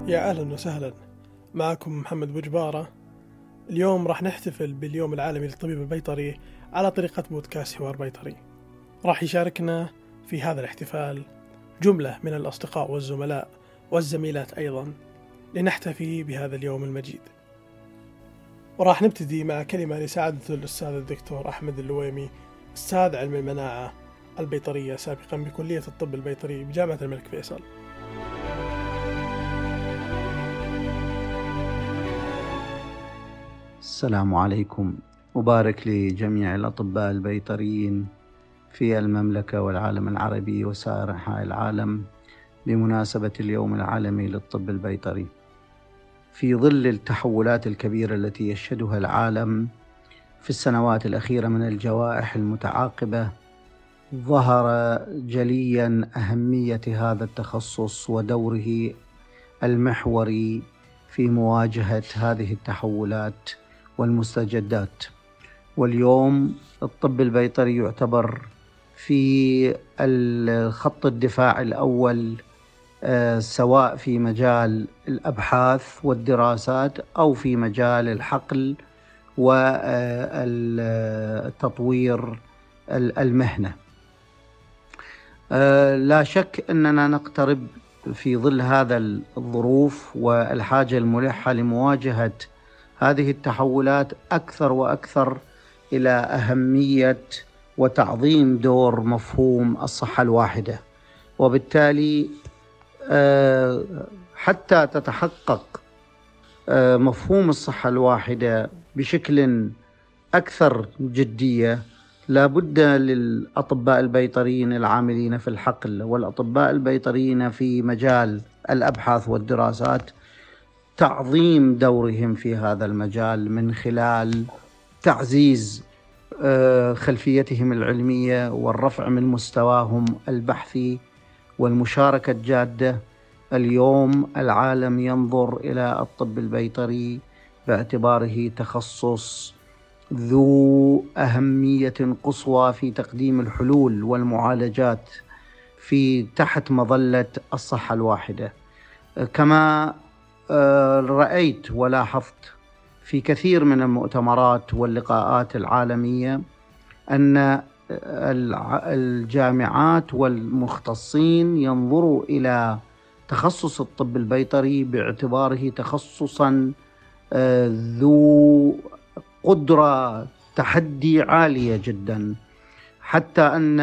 يا أهلا وسهلا، معكم محمد بوجبارة. اليوم راح نحتفل باليوم العالمي للطبيب البيطري على طريقة بودكاست حوار بيطري. راح يشاركنا في هذا الاحتفال جملة من الأصدقاء والزملاء والزميلات أيضا لنحتفي بهذا اليوم المجيد. وراح نبتدي مع كلمة لسعادة الأستاذ الدكتور أحمد اللويمي، أستاذ علم المناعة البيطرية سابقا بكلية الطب البيطري بجامعة الملك فيصل. السلام عليكم، مبارك لجميع الأطباء البيطريين في المملكة والعالم العربي وسائر أنحاء العالم بمناسبة اليوم العالمي للطب البيطري. في ظل التحولات الكبيرة التي يشهدها العالم في السنوات الأخيرة من الجوائح المتعاقبة، ظهر جليا أهمية هذا التخصص ودوره المحوري في مواجهة هذه التحولات والمستجدات. واليوم الطب البيطري يعتبر في الخط الدفاع الأول، سواء في مجال الأبحاث والدراسات أو في مجال الحقل والتطوير المهنة. لا شك أننا نقترب في ظل هذا الظروف والحاجة الملحة لمواجهة هذه التحولات أكثر وأكثر إلى أهمية وتعظيم دور مفهوم الصحة الواحدة. وبالتالي حتى تتحقق مفهوم الصحة الواحدة بشكل أكثر جدية، لا بد للأطباء البيطريين العاملين في الحقل والأطباء البيطريين في مجال الأبحاث والدراسات تعظيم دورهم في هذا المجال من خلال تعزيز خلفيتهم العلمية والرفع من مستواهم البحثي والمشاركة الجادة. اليوم العالم ينظر إلى الطب البيطري باعتباره تخصص ذو أهمية قصوى في تقديم الحلول والمعالجات في تحت مظلة الصحة الواحدة. كما رأيت ولاحظت في كثير من المؤتمرات واللقاءات العالمية أن الجامعات والمختصين ينظروا إلى تخصص الطب البيطري باعتباره تخصصا ذو قدرة تحدي عالية جدا، حتى أن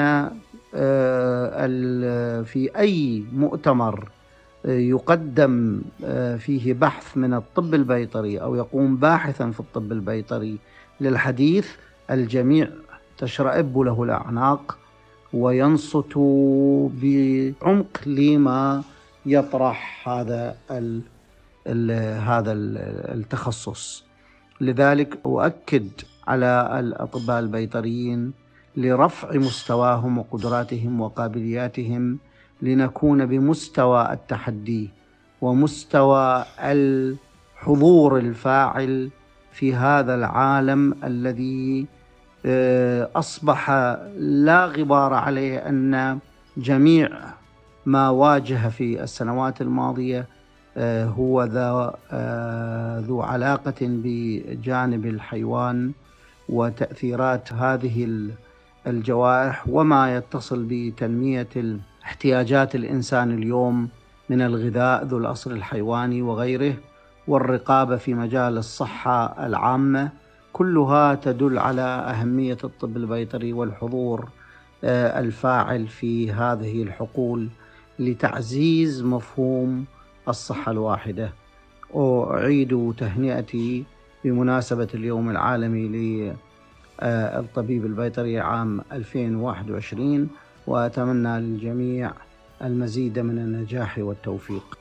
في أي مؤتمر يقدم فيه بحث من الطب البيطري أو يقوم باحثا في الطب البيطري للحديث، الجميع تشرئب له الأعناق وينصت بعمق لما يطرح هذا التخصص. لذلك أؤكد على الأطباء البيطريين لرفع مستواهم وقدراتهم وقابلياتهم لنكون بمستوى التحدي ومستوى الحضور الفاعل في هذا العالم الذي أصبح لا غبار عليه أن جميع ما واجه في السنوات الماضية هو ذو علاقة بجانب الحيوان وتأثيرات هذه الجوائح وما يتصل بتنمية احتياجات الإنسان اليوم من الغذاء ذو الأصل الحيواني وغيره، والرقابة في مجال الصحة العامة. كلها تدل على أهمية الطب البيطري والحضور الفاعل في هذه الحقول لتعزيز مفهوم الصحة الواحدة. أعيد تهنئتي بمناسبة اليوم العالمي للطبيب البيطري عام 2021، وأتمنى للجميع المزيد من النجاح والتوفيق.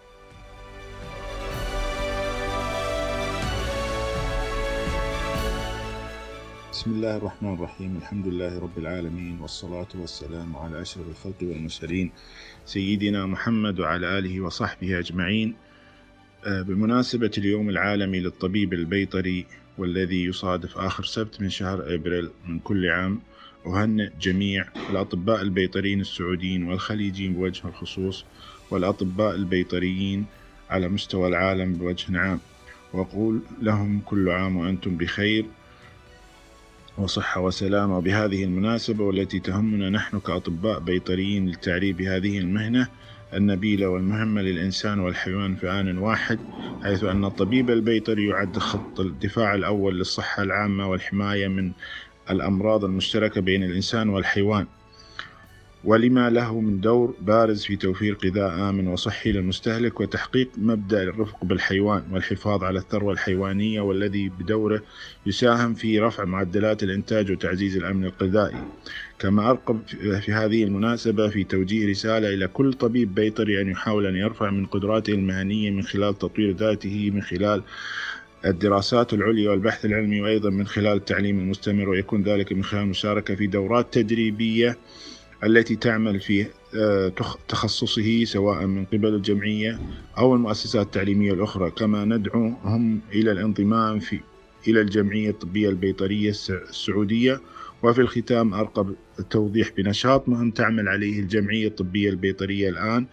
بسم الله الرحمن الرحيم، الحمد لله رب العالمين، والصلاة والسلام على أشرف الخلق والمرسلين سيدنا محمد وعلى آله وصحبه أجمعين. بمناسبة اليوم العالمي للطبيب البيطري والذي يصادف آخر سبت من شهر أبريل من كل عام، أهنئ جميع الأطباء البيطريين السعوديين والخليجيين بوجه الخصوص والأطباء البيطريين على مستوى العالم بوجه عام، وأقول لهم كل عام وأنتم بخير وصحة وسلامة. وبهذه المناسبة والتي تهمنا نحن كأطباء بيطريين للتعريف بهذه المهنة النبيلة والمهمة للإنسان والحيوان في آن واحد، حيث أن الطبيب البيطري يعد خط الدفاع الأول للصحة العامة والحماية من الأمراض المشتركة بين الإنسان والحيوان، ولما له من دور بارز في توفير غذاء آمن وصحي للمستهلك وتحقيق مبدأ الرفق بالحيوان والحفاظ على الثروة الحيوانية، والذي بدوره يساهم في رفع معدلات الإنتاج وتعزيز الأمن الغذائي. كما أرغب في هذه المناسبة في توجيه رسالة إلى كل طبيب بيطري أن يحاول أن يرفع من قدراته المهنية من خلال تطوير ذاته، من خلال الدراسات العليا والبحث العلمي، وأيضا من خلال التعليم المستمر، ويكون ذلك من خلال المشاركة في دورات تدريبية التي تعمل في تخصصه سواء من قبل الجمعية أو المؤسسات التعليمية الأخرى. كما ندعوهم إلى الانضمام إلى الجمعية الطبية البيطرية السعودية. وفي الختام أرغب التوضيح بنشاط مهم تعمل عليه الجمعية الطبية البيطرية الآن،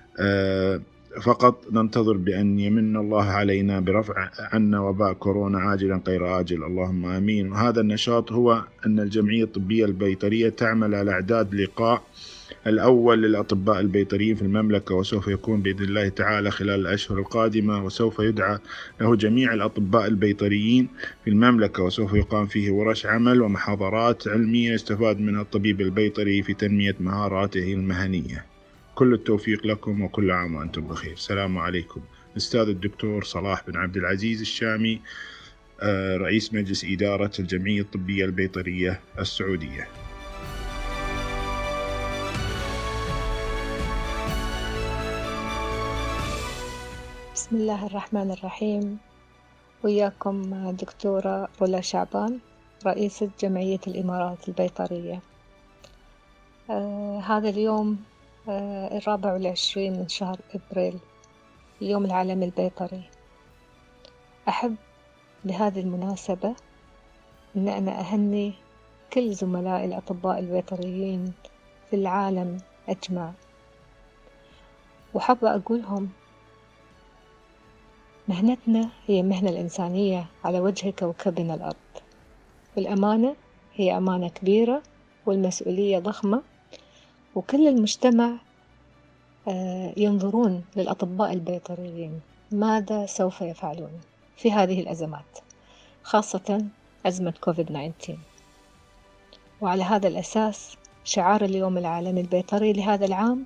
فقط ننتظر بأن يمن الله علينا برفع عنا وباء كورونا عاجلا غير آجل، اللهم آمين. وهذا النشاط هو أن الجمعية الطبية البيطرية تعمل على إعداد لقاء الأول للأطباء البيطريين في المملكة، وسوف يكون بإذن الله تعالى خلال الأشهر القادمة، وسوف يدعى له جميع الأطباء البيطريين في المملكة، وسوف يقام فيه ورش عمل ومحاضرات علمية يستفاد منها الطبيب البيطري في تنمية مهاراته المهنية. كل التوفيق لكم وكل عام وأنتم بخير. السلام عليكم. الأستاذ الدكتور صلاح بن عبد العزيز الشامي، رئيس مجلس إدارة الجمعية الطبية البيطرية السعودية. بسم الله الرحمن الرحيم. وياكم دكتورة رولا شعبان، رئيسة جمعية الإمارات البيطرية. هذا اليوم 24 من شهر إبريل، اليوم العالمي البيطري. أحب بهذه المناسبة أن أنا أهني كل زملائي الأطباء البيطريين في العالم أجمع، وحابة أقولهم مهنتنا هي مهنة الإنسانية على وجه كوكبنا الأرض، والأمانة هي أمانة كبيرة والمسؤولية ضخمة، وكل المجتمع ينظرون للأطباء البيطريين ماذا سوف يفعلون في هذه الأزمات، خاصة أزمة كوفيد-19. وعلى هذا الأساس شعار اليوم العالمي البيطري لهذا العام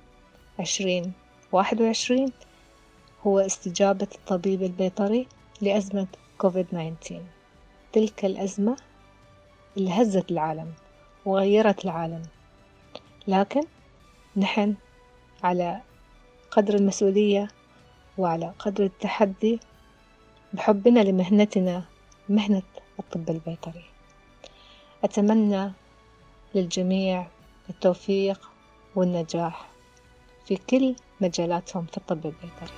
2021 هو استجابة الطبيب البيطري لأزمة كوفيد-19، تلك الأزمة اللي هزت العالم وغيرت العالم. لكن نحن على قدر المسؤولية وعلى قدر التحدي بحبنا لمهنتنا، مهنة الطب البيطري، أتمنى للجميع التوفيق والنجاح في كل مجالاتهم في الطب البيطري.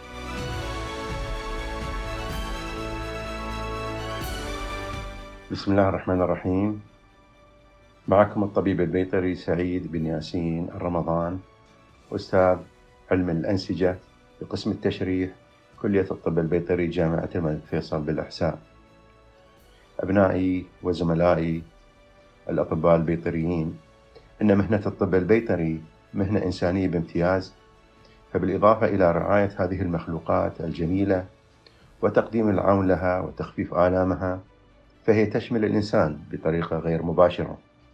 بسم الله الرحمن الرحيم. معكم الطبيب البيطري سعيد بن ياسين الرمضان، أستاذ علم الأنسجة بقسم التشريح كلية الطب البيطري جامعة الملك فيصل بالإحساء. أبنائي وزملائي الأطباء البيطريين، إن مهنة الطب البيطري مهنة إنسانية بامتياز، فبالإضافة إلى رعاية هذه المخلوقات الجميلة وتقديم العون لها وتخفيف آلامها، فهي تشمل الإنسان بطريقة غير مباشرة.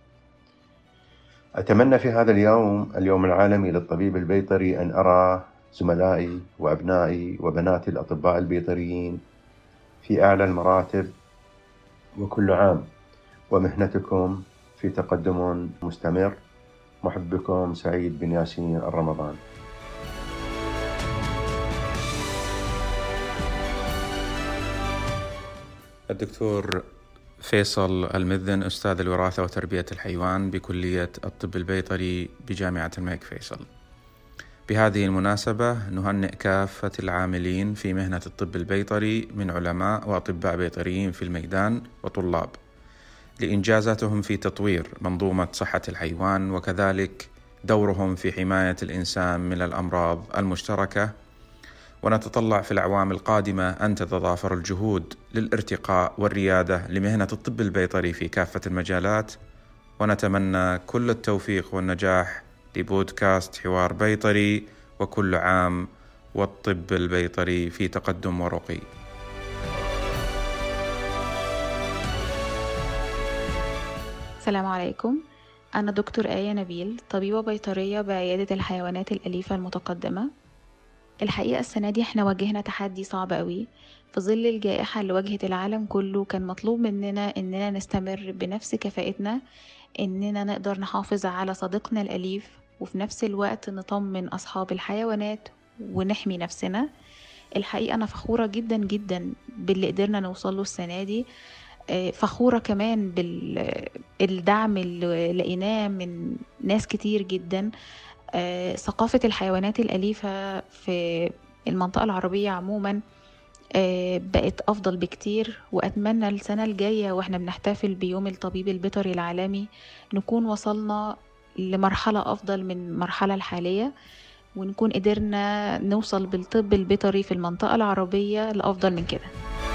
أتمنى في هذا اليوم العالمي للطبيب البيطري أن أرى زملائي وأبنائي وبناتي الأطباء البيطريين في أعلى المراتب، وكل عام ومهنتكم في تقدم مستمر. محبكم سعيد بن ياسين الرمضان. الدكتور فيصل المذن، أستاذ الوراثة وتربية الحيوان بكلية الطب البيطري بجامعة الملك فيصل. بهذه المناسبة نهنئ كافة العاملين في مهنة الطب البيطري من علماء وأطباء بيطريين في الميدان وطلاب لإنجازاتهم في تطوير منظومة صحة الحيوان، وكذلك دورهم في حماية الإنسان من الأمراض المشتركة، ونتطلع في الأعوام القادمة أن تتضافر الجهود للارتقاء والريادة لمهنة الطب البيطري في كافة المجالات، ونتمنى كل التوفيق والنجاح لبودكاست حوار بيطري، وكل عام والطب البيطري في تقدم ورقي. السلام عليكم، أنا دكتور آية نبيل، طبيبة بيطرية بعيادة الحيوانات الأليفة المتقدمة. الحقيقة السنة دي احنا واجهنا تحدي صعب قوي في ظل الجائحة اللي واجهت العالم كله. كان مطلوب مننا إننا نستمر بنفس كفاءتنا، إننا نقدر نحافظ على صديقنا الأليف وفي نفس الوقت نطمن أصحاب الحيوانات ونحمي نفسنا. الحقيقة أنا فخورة جدا جدا باللي قدرنا نوصله السنة دي. فخورة كمان بالدعم اللي لقيناه من ناس كتير جدا. ثقافة الحيوانات الأليفة في المنطقة العربية عموما بقت أفضل بكتير، وأتمنى السنة الجاية وإحنا بنحتفل بيوم الطبيب البيطري العالمي نكون وصلنا لمرحلة أفضل من المرحلة الحالية، ونكون قدرنا نوصل بالطب البيطري في المنطقة العربية لأفضل من كده.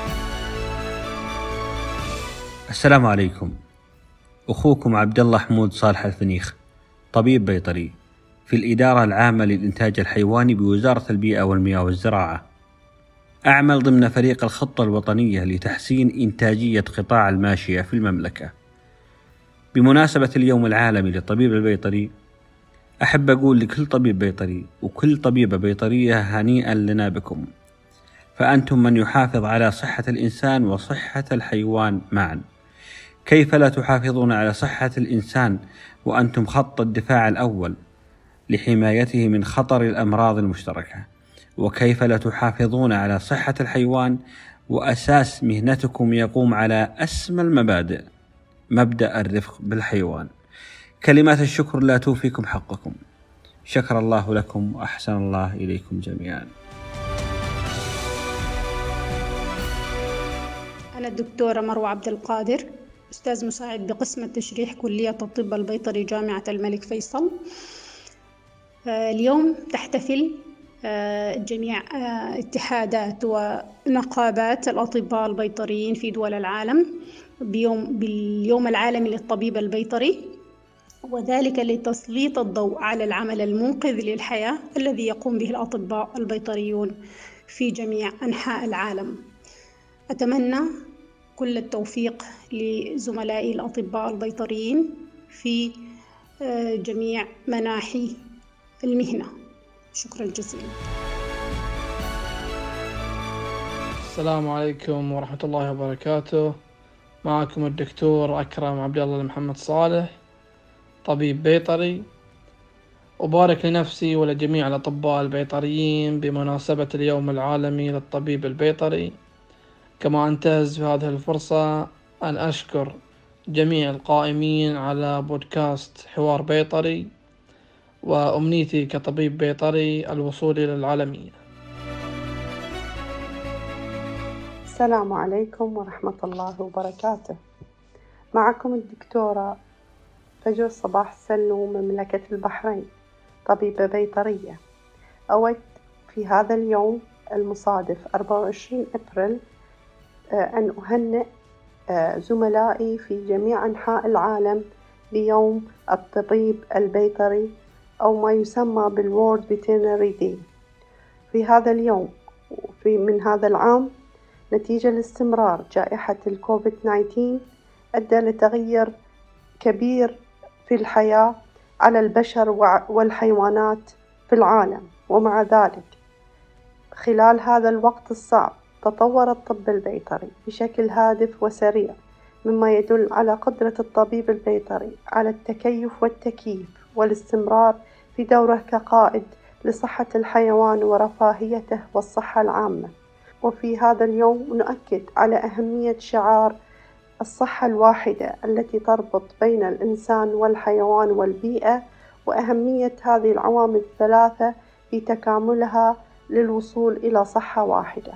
السلام عليكم، أخوكم عبد الله حمود صالح الفنيخ، طبيب بيطري في الإدارة العامة للإنتاج الحيواني بوزارة البيئة والمياه والزراعة. أعمل ضمن فريق الخطة الوطنية لتحسين إنتاجية قطاع الماشية في المملكة. بمناسبة اليوم العالمي للطبيب البيطري، أحب أقول لكل طبيب بيطري وكل طبيبة بيطرية هنيئا لنا بكم، فأنتم من يحافظ على صحة الإنسان وصحة الحيوان معا. كيف لا تحافظون على صحة الإنسان وأنتم خط الدفاع الأول لحمايته من خطر الأمراض المشتركة؟ وكيف لا تحافظون على صحة الحيوان وأساس مهنتكم يقوم على أسمى المبادئ، مبدأ الرفق بالحيوان؟ كلمات الشكر لا توفيكم حقكم. شكر الله لكم وأحسن الله إليكم جميعا. أنا الدكتورة مروة عبد القادر، أستاذ مساعد بقسم التشريح كلية الطب البيطري جامعة الملك فيصل. اليوم تحتفل جميع اتحادات ونقابات الأطباء البيطريين في دول العالم باليوم العالمي للطبيب البيطري، وذلك لتسليط الضوء على العمل المنقذ للحياة الذي يقوم به الأطباء البيطريون في جميع أنحاء العالم. أتمنى كل التوفيق لزملائي الأطباء البيطريين في جميع مناحي المهنة. شكرا جزيلا. السلام عليكم ورحمة الله وبركاته. معكم الدكتور أكرم عبد الله محمد صالح، طبيب بيطري. أبارك لنفسي ولجميع الأطباء البيطريين بمناسبة اليوم العالمي للطبيب البيطري. كما أنتهز في هذه الفرصة أن أشكر جميع القائمين على بودكاست حوار بيطري، وأمنيتي كطبيب بيطري الوصول إلى العالمية. السلام عليكم ورحمة الله وبركاته. معكم الدكتورة فجر صباح سلو، مملكة البحرين، طبيبة بيطرية. أود في هذا اليوم المصادف 24 أبريل أن أهنئ زملائي في جميع أنحاء العالم بيوم الطبيب البيطري، أو ما يسمى بالورد فيترينري داي. في هذا اليوم من هذا العام، نتيجة لاستمرار جائحة الكوفيد 19 أدى لتغير كبير في الحياة على البشر والحيوانات في العالم. ومع ذلك خلال هذا الوقت الصعب تطور الطب البيطري بشكل هادف وسريع، مما يدل على قدرة الطبيب البيطري على التكيف والتكييف والاستمرار في دوره كقائد لصحة الحيوان ورفاهيته والصحة العامة. وفي هذا اليوم نؤكد على أهمية شعار الصحة الواحدة التي تربط بين الإنسان والحيوان والبيئة، وأهمية هذه العوامل الثلاثة في تكاملها للوصول إلى صحة واحدة.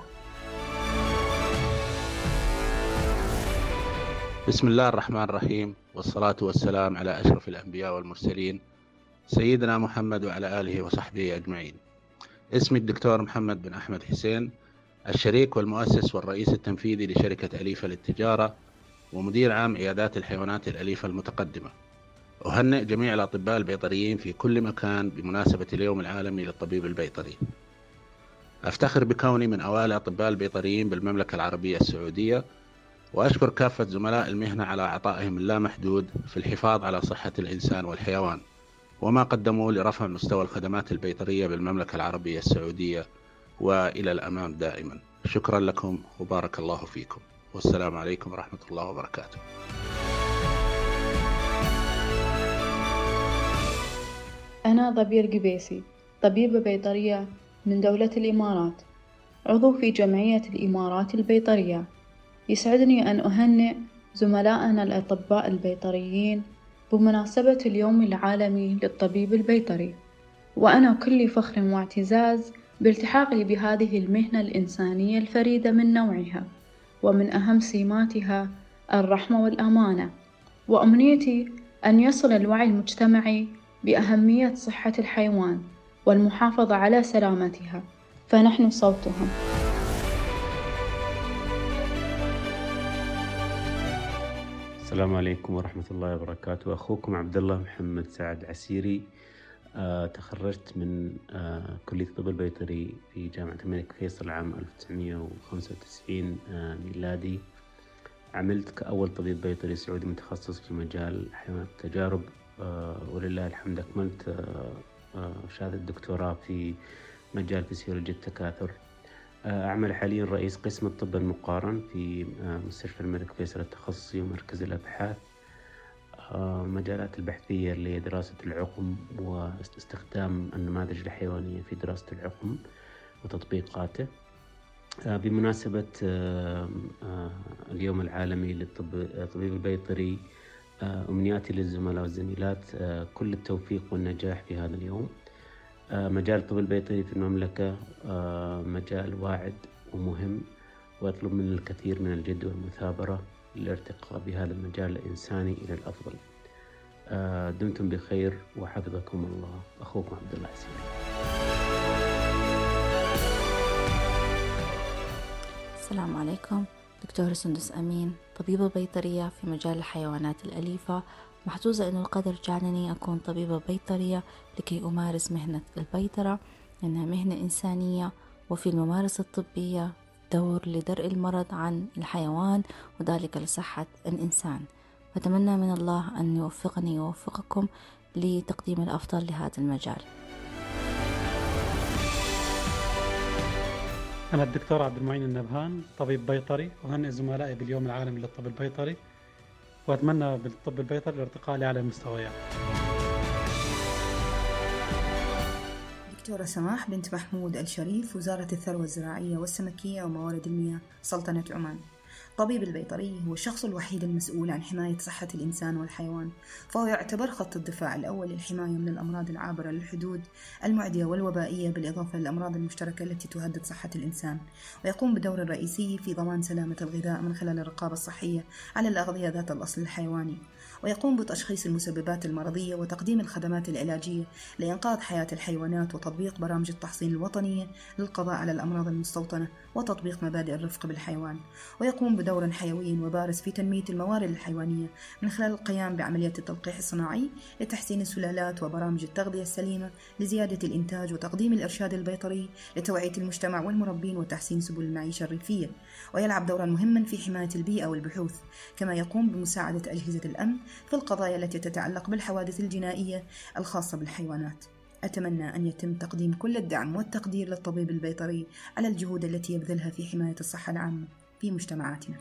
بسم الله الرحمن الرحيم، والصلاة والسلام على أشرف الأنبياء والمرسلين سيدنا محمد وعلى آله وصحبه أجمعين. اسمي الدكتور محمد بن أحمد حسين، الشريك والمؤسس والرئيس التنفيذي لشركة أليفة للتجارة ومدير عام عيادات الحيوانات الأليفة المتقدمة. أهنئ جميع الأطباء البيطريين في كل مكان بمناسبة اليوم العالمي للطبيب البيطري. أفتخر بكوني من أوائل الأطباء البيطريين بالمملكة العربية السعودية، وأشكر كافة زملاء المهنة على عطائهم اللامحدود في الحفاظ على صحة الإنسان والحيوان، وما قدموا لرفع مستوى الخدمات البيطرية بالمملكة العربية السعودية وإلى الأمام دائما. شكرا لكم وبارك الله فيكم، والسلام عليكم ورحمة الله وبركاته. أنا ضبير قبيسي، طبيبة بيطرية من دولة الإمارات، عضو في جمعية الإمارات البيطرية. يسعدني أن أهنئ زملائنا الأطباء البيطريين بمناسبة اليوم العالمي للطبيب البيطري، وأنا كل فخر واعتزاز بالتحاقي بهذه المهنة الإنسانية الفريدة من نوعها، ومن أهم سماتها الرحمة والأمانة. وأمنيتي أن يصل الوعي المجتمعي بأهمية صحة الحيوان والمحافظة على سلامتها، فنحن صوتهم. السلام عليكم ورحمة الله وبركاته. أخوكم عبد الله محمد سعد عسيري. تخرجت من كلية الطب البيطري في جامعة الملك فيصل عام 1995 ميلادي. عملت كأول طبيب بيطري سعودي متخصص في مجال حيوانات التجارب، ولله الحمد أكملت شهادة الدكتوراه في مجال فسيولوجيا التكاثر. أعمل حاليا رئيس قسم الطب المقارن في مستشفى الملك فيصل التخصصي ومركز الأبحاث. مجالات البحثية اللي هي دراسة العقم واستخدام النماذج الحيوانية في دراسة العقم وتطبيقاته. بمناسبة اليوم العالمي للطبيب البيطري، أمنياتي للزملاء والزميلات كل التوفيق والنجاح في هذا اليوم. مجال الطب البيطري في المملكة مجال واعد ومهم، وأطلب من الكثير من الجد والمثابرة للارتقاء بهذا المجال الإنساني إلى الأفضل. دمتم بخير وحفظكم الله. أخوكم عبد الله حسين. السلام عليكم. دكتورة سندس أمين، طبيبة بيطرية في مجال الحيوانات الأليفة. محظوظة أن القدر جعلني أكون طبيبة بيطرية لكي أمارس مهنة البيطرة، لأنها مهنة إنسانية، وفي الممارسة الطبية دور لدرء المرض عن الحيوان وذلك لصحة الإنسان. أتمنى من الله أن يوفقني ويوفقكم لتقديم الأفضل لهذا المجال. أنا الدكتور عبد المعين النبهان، طبيب بيطري. أهنئ زملائي باليوم العالمي للطب البيطري، وأتمنى بالطب البيطري الارتقاء لأعلى المستويات. دكتورة سماح بنت محمود الشريف، وزارة الثروة الزراعية والسمكية وموارد المياه، سلطنة عمان. طبيب البيطري هو الشخص الوحيد المسؤول عن حماية صحة الإنسان والحيوان، فهو يعتبر خط الدفاع الأول للحماية من الأمراض العابرة للحدود المعدية والوبائية، بالإضافة للأمراض المشتركة التي تهدد صحة الإنسان، ويقوم بدور رئيسي في ضمان سلامة الغذاء من خلال الرقابة الصحية على الأغذية ذات الأصل الحيواني، ويقوم بتشخيص المسببات المرضية وتقديم الخدمات العلاجية لإنقاذ حياة الحيوانات، وتطبيق برامج التحصين الوطنية للقضاء على الأمراض المستوطنة وتطبيق مبادئ الرفق بالحيوان، ويقوم بدور حيوي وبارز في تنمية الموارد الحيوانية من خلال القيام بعملية التلقيح الصناعي لتحسين السلالات وبرامج التغذية السليمة لزيادة الإنتاج، وتقديم الإرشاد البيطري لتوعية المجتمع والمربين وتحسين سبل المعيشة الريفية، ويلعب دورا مهما في حماية البيئة والبحوث، كما يقوم بمساعدة أجهزة الأمن في القضايا التي تتعلق بالحوادث الجنائية الخاصة بالحيوانات. أتمنى أن يتم تقديم كل الدعم والتقدير للطبيب البيطري على الجهود التي يبذلها في حماية الصحة العامة في مجتمعاتنا.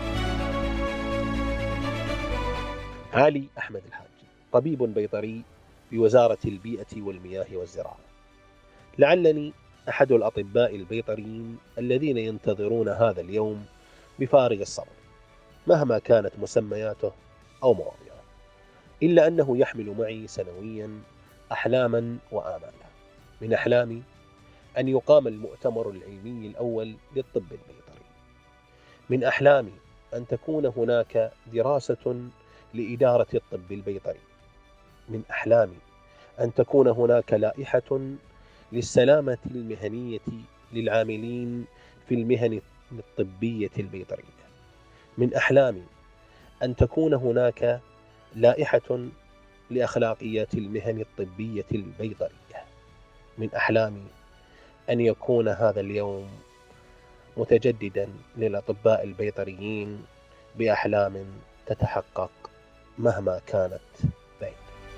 علي أحمد الحاج، طبيب بيطري بوزارة البيئة والمياه والزراعة. لعلني أحد الأطباء البيطريين الذين ينتظرون هذا اليوم بفارغ الصبر مهما كانت مسمياته أو مواضيعه، إلا أنه يحمل معي سنويا أحلاما وآمالا. من أحلامي أن يقام المؤتمر العلمي الأول للطب البيطري. من أحلامي أن تكون هناك دراسة لإدارة الطب البيطري. من أحلامي أن تكون هناك لائحة للسلامة المهنية للعاملين في المهن الطبية البيطرية. من أحلامي أن تكون هناك لائحة لأخلاقيات المهن الطبية البيطرية. من أحلامي أن يكون هذا اليوم متجددا للأطباء البيطريين بأحلام تتحقق مهما كانت بعيدة.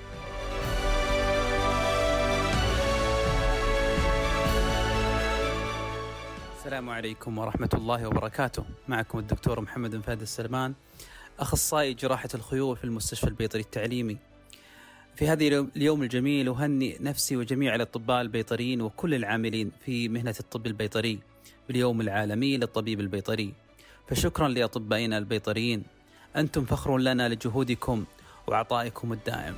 السلام عليكم ورحمة الله وبركاته. معكم الدكتور محمد بن فهد السلمان، أخصائي جراحة الخيول في المستشفى البيطري التعليمي. في هذه اليوم الجميل أهنئ نفسي وجميع الأطباء البيطريين وكل العاملين في مهنة الطب البيطري باليوم العالمي للطبيب البيطري. فشكرا لأطبائنا البيطريين، أنتم فخر لنا لجهودكم وعطائكم الدائم.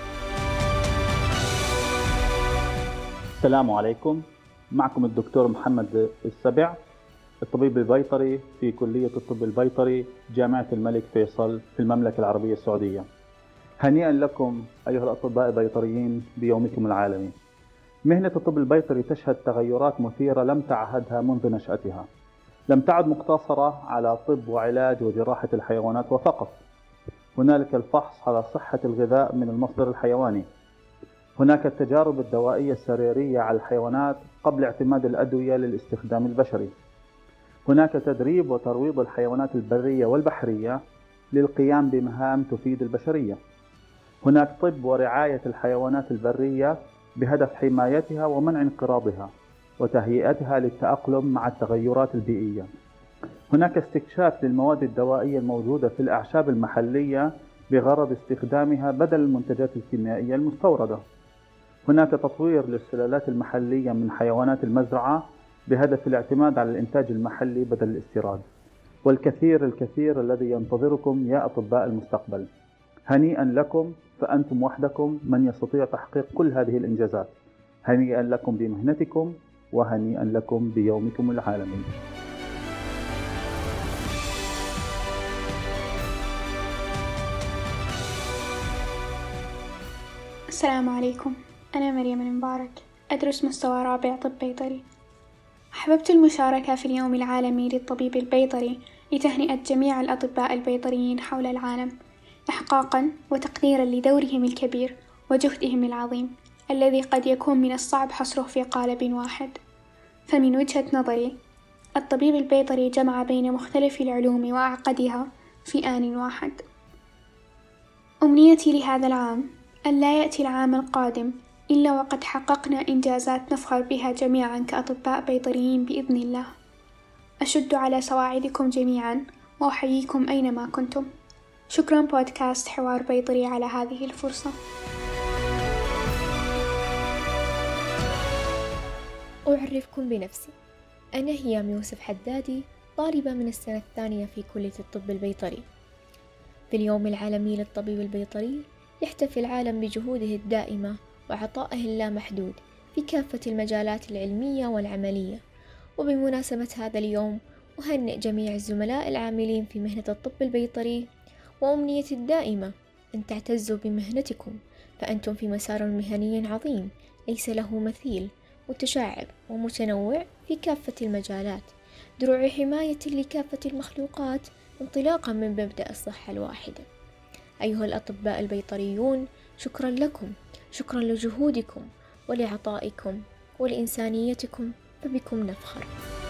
السلام عليكم، معكم الدكتور محمد السبع، الطبيب البيطري في كلية الطب البيطري جامعة الملك فيصل في المملكة العربية السعودية. هنيئا لكم أيها الأطباء البيطريين بيومكم العالمي. مهنة الطب البيطري تشهد تغيرات مثيرة لم تعهدها منذ نشأتها. لم تعد مقتصرة على طب وعلاج وجراحة الحيوانات وفقط. هنالك الفحص على صحة الغذاء من المصدر الحيواني. هناك التجارب الدوائية السريرية على الحيوانات قبل اعتماد الأدوية للاستخدام البشري. هناك تدريب وترويض الحيوانات البرية والبحرية للقيام بمهام تفيد البشرية. هناك طب ورعاية الحيوانات البرية بهدف حمايتها ومنع انقراضها وتهيئتها للتأقلم مع التغيرات البيئية. هناك استكشاف للمواد الدوائية الموجودة في الأعشاب المحلية بغرض استخدامها بدل المنتجات الكيميائية المستوردة. هناك تطوير للسلالات المحلية من حيوانات المزرعة بهدف الاعتماد على الإنتاج المحلي بدل الاستيراد. والكثير الكثير الذي ينتظركم يا أطباء المستقبل. هنيئا لكم، فأنتم وحدكم من يستطيع تحقيق كل هذه الإنجازات. هنيئا لكم بمهنتكم وهنيئا لكم بيومكم العالمي. السلام عليكم، أنا مريم المبارك، أدرس مستوى رابع طب بيطري. أحببت المشاركة في اليوم العالمي للطبيب البيطري لتهنئة جميع الأطباء البيطريين حول العالم، إحقاقا وتقديرا لدورهم الكبير وجهدهم العظيم الذي قد يكون من الصعب حصره في قالب واحد. فمن وجهة نظري الطبيب البيطري جمع بين مختلف العلوم وأعقدها في آن واحد. أمنيتي لهذا العام أن لا يأتي العام القادم إلا وقد حققنا إنجازات نفخر بها جميعا كأطباء بيطريين بإذن الله. أشد على سواعدكم جميعا وأحييكم أينما كنتم. شكرا بودكاست حوار بيطري على هذه الفرصة. أعرفكم بنفسي، أنا هيام يوسف حدادي، طالبة من السنة الثانية في كلية الطب البيطري. في اليوم العالمي للطبيب البيطري يحتفي العالم بجهوده الدائمة وعطائه اللامحدود في كافة المجالات العلمية والعملية. وبمناسبة هذا اليوم أهنئ جميع الزملاء العاملين في مهنة الطب البيطري، وأمنيتي الدائمة أن تعتزوا بمهنتكم، فأنتم في مسار مهني عظيم ليس له مثيل، متشعب ومتنوع في كافة المجالات، دروع حماية لكافة المخلوقات انطلاقا من مبدأ الصحة الواحدة. أيها الأطباء البيطريون، شكرا لكم، شكرا لجهودكم ولعطائكم ولإنسانيتكم، فبكم نفخر.